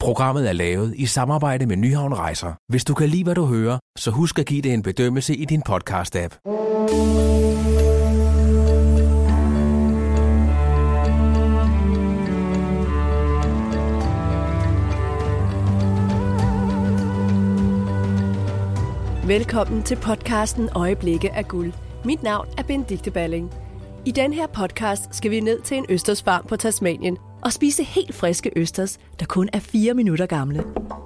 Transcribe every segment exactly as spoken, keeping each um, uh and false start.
Programmet er lavet i samarbejde med Nyhavn Rejser. Hvis du kan lide, hvad du hører, så husk at give det en bedømmelse i din podcast-app. Velkommen til podcasten Øjeblikke af guld. Mit navn er Benedikte Balling. I den her podcast skal vi ned til en østersfarm på Tasmanien og spise helt friske østers, der kun er fire minutter gamle.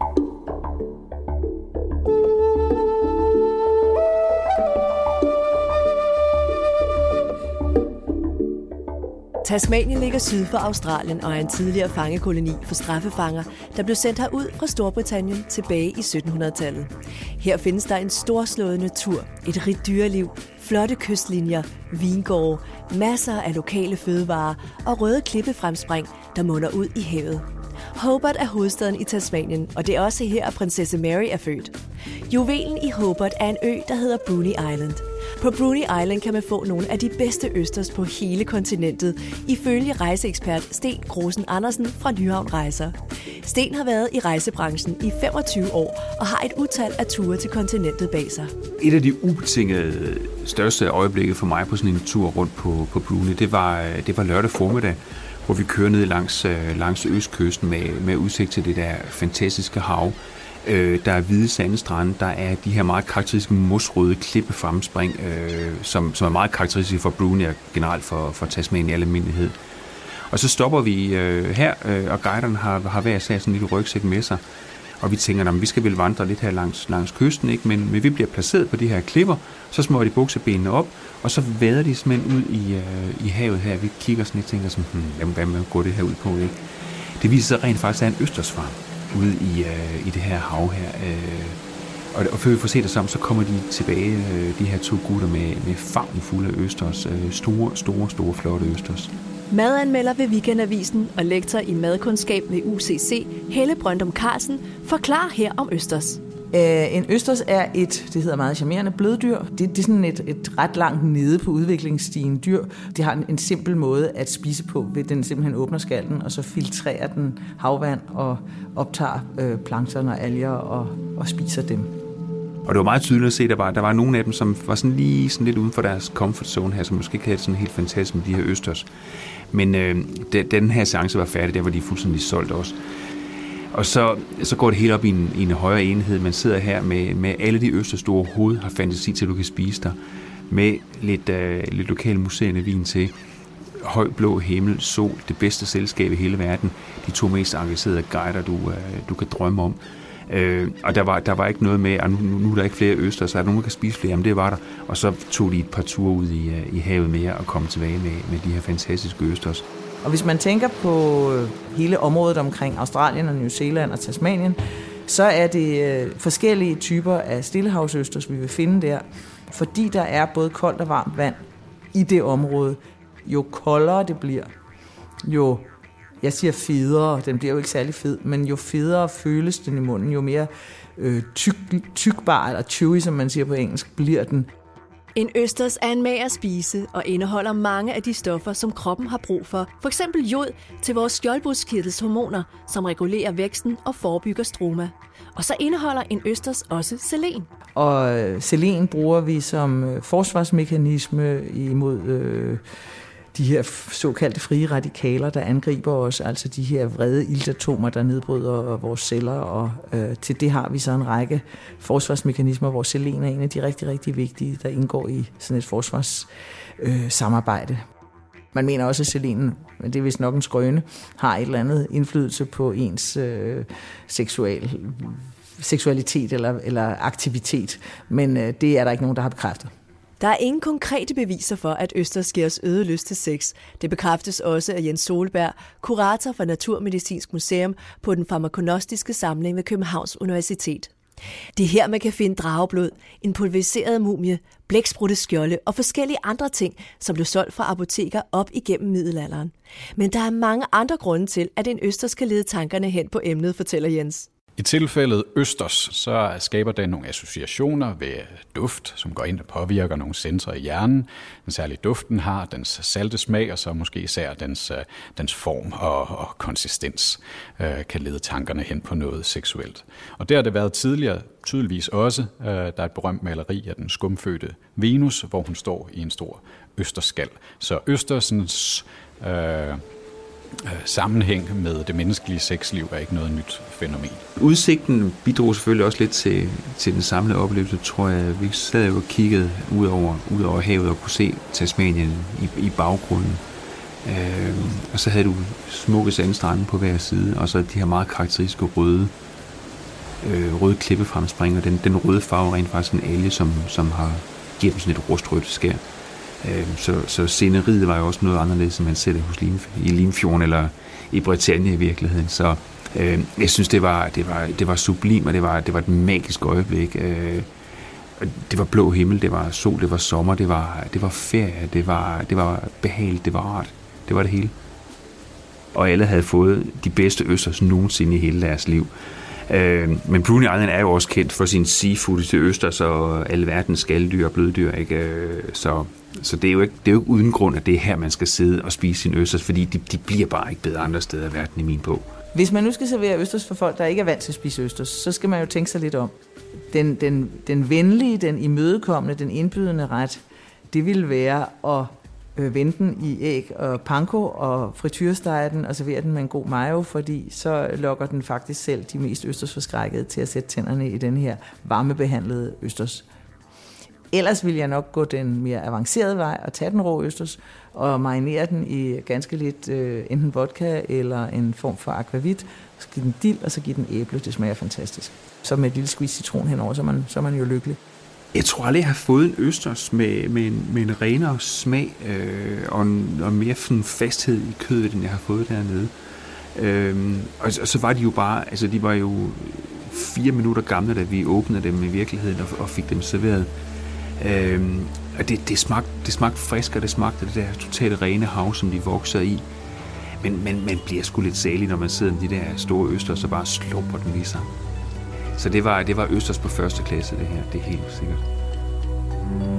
Tasmanien ligger syd for Australien og er en tidligere fangekoloni for straffefanger, der blev sendt herud fra Storbritannien tilbage i syttenhundredetallet. Her findes der en storslået natur, et rigt dyreliv, flotte kystlinjer, vingårde, masser af lokale fødevarer og røde klippefremspring, der munder ud i havet. Hobart er hovedstaden i Tasmanien, og det er også her, at prinsesse Mary er født. Juvelen i Hobart er en ø, der hedder Bruny Island. På Bruny Island kan man få nogle af de bedste østers på hele kontinentet, ifølge rejseekspert Sten Grosen Andersen fra Nyhavn Rejser. Sten har været i rejsebranchen i femogtyve år og har et utal af ture til kontinentet bag sig. Et af de ubetingede største øjeblikke for mig på sådan en tur rundt på, på Bruny, det var, det var lørdag formiddag, hvor vi kører ned langs, langs østkysten med, med udsigt til det der fantastiske hav. Øh, der er hvide sandstrande, der er de her meget karakteristiske mosrøde klippefremspring, øh, som, som er meget karakteristiske for Bruny og generelt for, for Tasmanien i al almindelighed. Og så stopper vi øh, her, øh, og guiderne har, har hver sag sådan en lille rygsæk med sig, og vi tænker, at vi skal vel vandre lidt her langs, langs kysten, ikke? Men, men vi bliver placeret på de her klipper, så smøger de buksebenene op, og så vader de simpelthen ud i, øh, i havet her. Vi kigger sådan lidt og tænker sådan, hmm, hvad, hvad går det her ud på, ikke? Det viser sig rent faktisk, at der er en østersfarm ude i, øh, i det her hav her. Øh, og, og før vi får set det sammen, så kommer de tilbage, øh, de her to gutter med, med favnen fulde af østers. Øh, store, store, store, flotte østers. Madanmelder ved Weekendavisen og lektor i madkundskab ved U C C, Helle Brøndum Carlsen, forklarer her om østers. En østers er et, det hedder meget charmerende, bløddyr. Det, det er sådan et, et ret langt nede på udviklingsstigen dyr. Det har en, en simpel måde at spise på, ved den simpelthen åbner skallen, og så filtrerer den havvand og optager øh, plankton og alger og, og spiser dem. Og det var meget tydeligt at se, at der var, der var nogle af dem, som var sådan lige sådan lidt uden for deres comfort zone her, som måske ikke havde sådan helt fantastisk med de her østers. Men øh, da den her seance var færdig, der var de fuldstændig solgt også. Og så, så går det helt op i en, i en højere enhed. Man sidder her med, med alle de østers, du overhovedet har fantasi til, at du kan spise der. Med lidt, øh, lidt lokal museerne vin til. Høj blå himmel, sol, det bedste selskab i hele verden. De to mest engagerede guider, du, øh, du kan drømme om. Øh, og der var, der var ikke noget med, at nu, nu er der ikke flere østers, så er der nogen, der kan spise flere. Jamen det var der. Og så tog de et par ture ud i, i havet mere og kom tilbage med, med de her fantastiske østers. Og hvis man tænker på hele området omkring Australien og New Zealand og Tasmanien, så er det forskellige typer af stillehavsøsters, vi vil finde der. Fordi der er både koldt og varmt vand i det område. Jo koldere det bliver, jo, jeg siger federe, den bliver jo ikke særlig fed, men jo federe føles den i munden, jo mere øh, tyk, tykbar, eller chewy, som man siger på engelsk, bliver den. En østers er en mager spise og indeholder mange af de stoffer, som kroppen har brug for. For eksempel jod til vores skjoldbruskkirtels hormoner, som regulerer væksten og forebygger stroma. Og så indeholder en østers også selen. Og selen bruger vi som forsvarsmekanisme imod øh, de her såkaldte frie radikaler, der angriber os, altså de her vrede iltatomer, der nedbryder vores celler, og øh, til det har vi så en række forsvarsmekanismer, hvor selen er en af de rigtig, rigtig vigtige, der indgår i sådan et forsvarssamarbejde. Øh, Man mener også, at selenen, men det er vist nok en skrøne, har et eller andet indflydelse på ens øh, seksual, seksualitet eller, eller aktivitet, men øh, det er der ikke nogen, der har bekræftet. Der er ingen konkrete beviser for, at østers giver os øget lyst til sex. Det bekræftes også af Jens Solberg, kurator for Naturmedicinsk Museum på den farmakognostiske samling ved Københavns Universitet. Det er her, man kan finde drageblod, en pulveriseret mumie, blækspruteskjolde og forskellige andre ting, som blev solgt fra apoteker op igennem middelalderen. Men der er mange andre grunde til, at en østers skal lede tankerne hen på emnet, fortæller Jens. I tilfældet østers, så skaber den nogle associationer ved duft, som går ind og påvirker nogle centre i hjernen. Den særlige duften har, dens salte smag, og så måske især dens, dens form og, og konsistens øh, kan lede tankerne hen på noget seksuelt. Og det har det været tidligere tydeligvis også. Øh, der er et berømt maleri af den skumfødte Venus, hvor hun står i en stor østerskal. Så østersens øh, sammenhæng med det menneskelige sexliv er ikke noget nyt fænomen. Udsigten bidrog selvfølgelig også lidt til, til den samlede oplevelse, tror jeg. Vi sad jo og kiggede ud over, ud over havet og kunne se Tasmanien i, i baggrunden. Øh, og så havde du smukke sandstrande på hver side, og så de her meget karakteristiske røde, øh, røde klippefremspring, og den, den røde farve rent faktisk en alge, som, som har givet dem sådan et rustrødt skær. Så, så sceneriet var jo også noget anderledes, end man ser det hos Lim, i Limfjorden eller i Bretagne i virkeligheden. Så øh, jeg synes, det var, det var, det var sublim, og det var, det var et magisk øjeblik. Øh, det var blå himmel, det var sol, det var sommer, det var, det var ferie, det var, det var behageligt, det var rart. Det var det hele. Og alle havde fået de bedste østers nogensinde i hele deres liv. Øh, men Bruny Island er jo også kendt for sin seafood til østers og alverdens skaldyr og bløddyr, ikke? Øh, så Så det er, jo ikke, det er jo ikke uden grund, at det er her, man skal sidde og spise sin østers, fordi de, de bliver bare ikke bedre andre steder i verden i min bog. Hvis man nu skal servere østers for folk, der ikke er vant til at spise østers, så skal man jo tænke sig lidt om. Den, den, den venlige, den imødekommende, den indbydende ret, det vil være at øh, vende den i æg og panko og frityrestege den og servere den med en god mayo, fordi så lokker den faktisk selv de mest østersforskrækkede til at sætte tænderne i den her varmebehandlede østers. Ellers vil jeg nok gå den mere avancerede vej og tage den rå østers og marinere den i ganske lidt øh, enten vodka eller en form for aquavit. Så give den dild, og så give den æble. Det smager fantastisk. Så med et lille squeeze citron henover, så er man, så er man jo lykkelig. Jeg tror aldrig, jeg har fået en østers med, med, en, med en renere smag øh, og, en, og mere sådan fasthed i kødet, end jeg har fået dernede. Øh, og, og så var de jo bare, altså de var jo fire minutter gamle, da vi åbnede dem i virkeligheden og, og fik dem serveret. Øhm, og det, det, smagte, det smagte frisk, og det smagte det der totalt rene hav, som de vokser i. Men, men man bliver sgu lidt salig, når man sidder med de der store østers og bare slupper den i sig. Så det var, det var østers på første klasse, det her. Det er helt sikkert.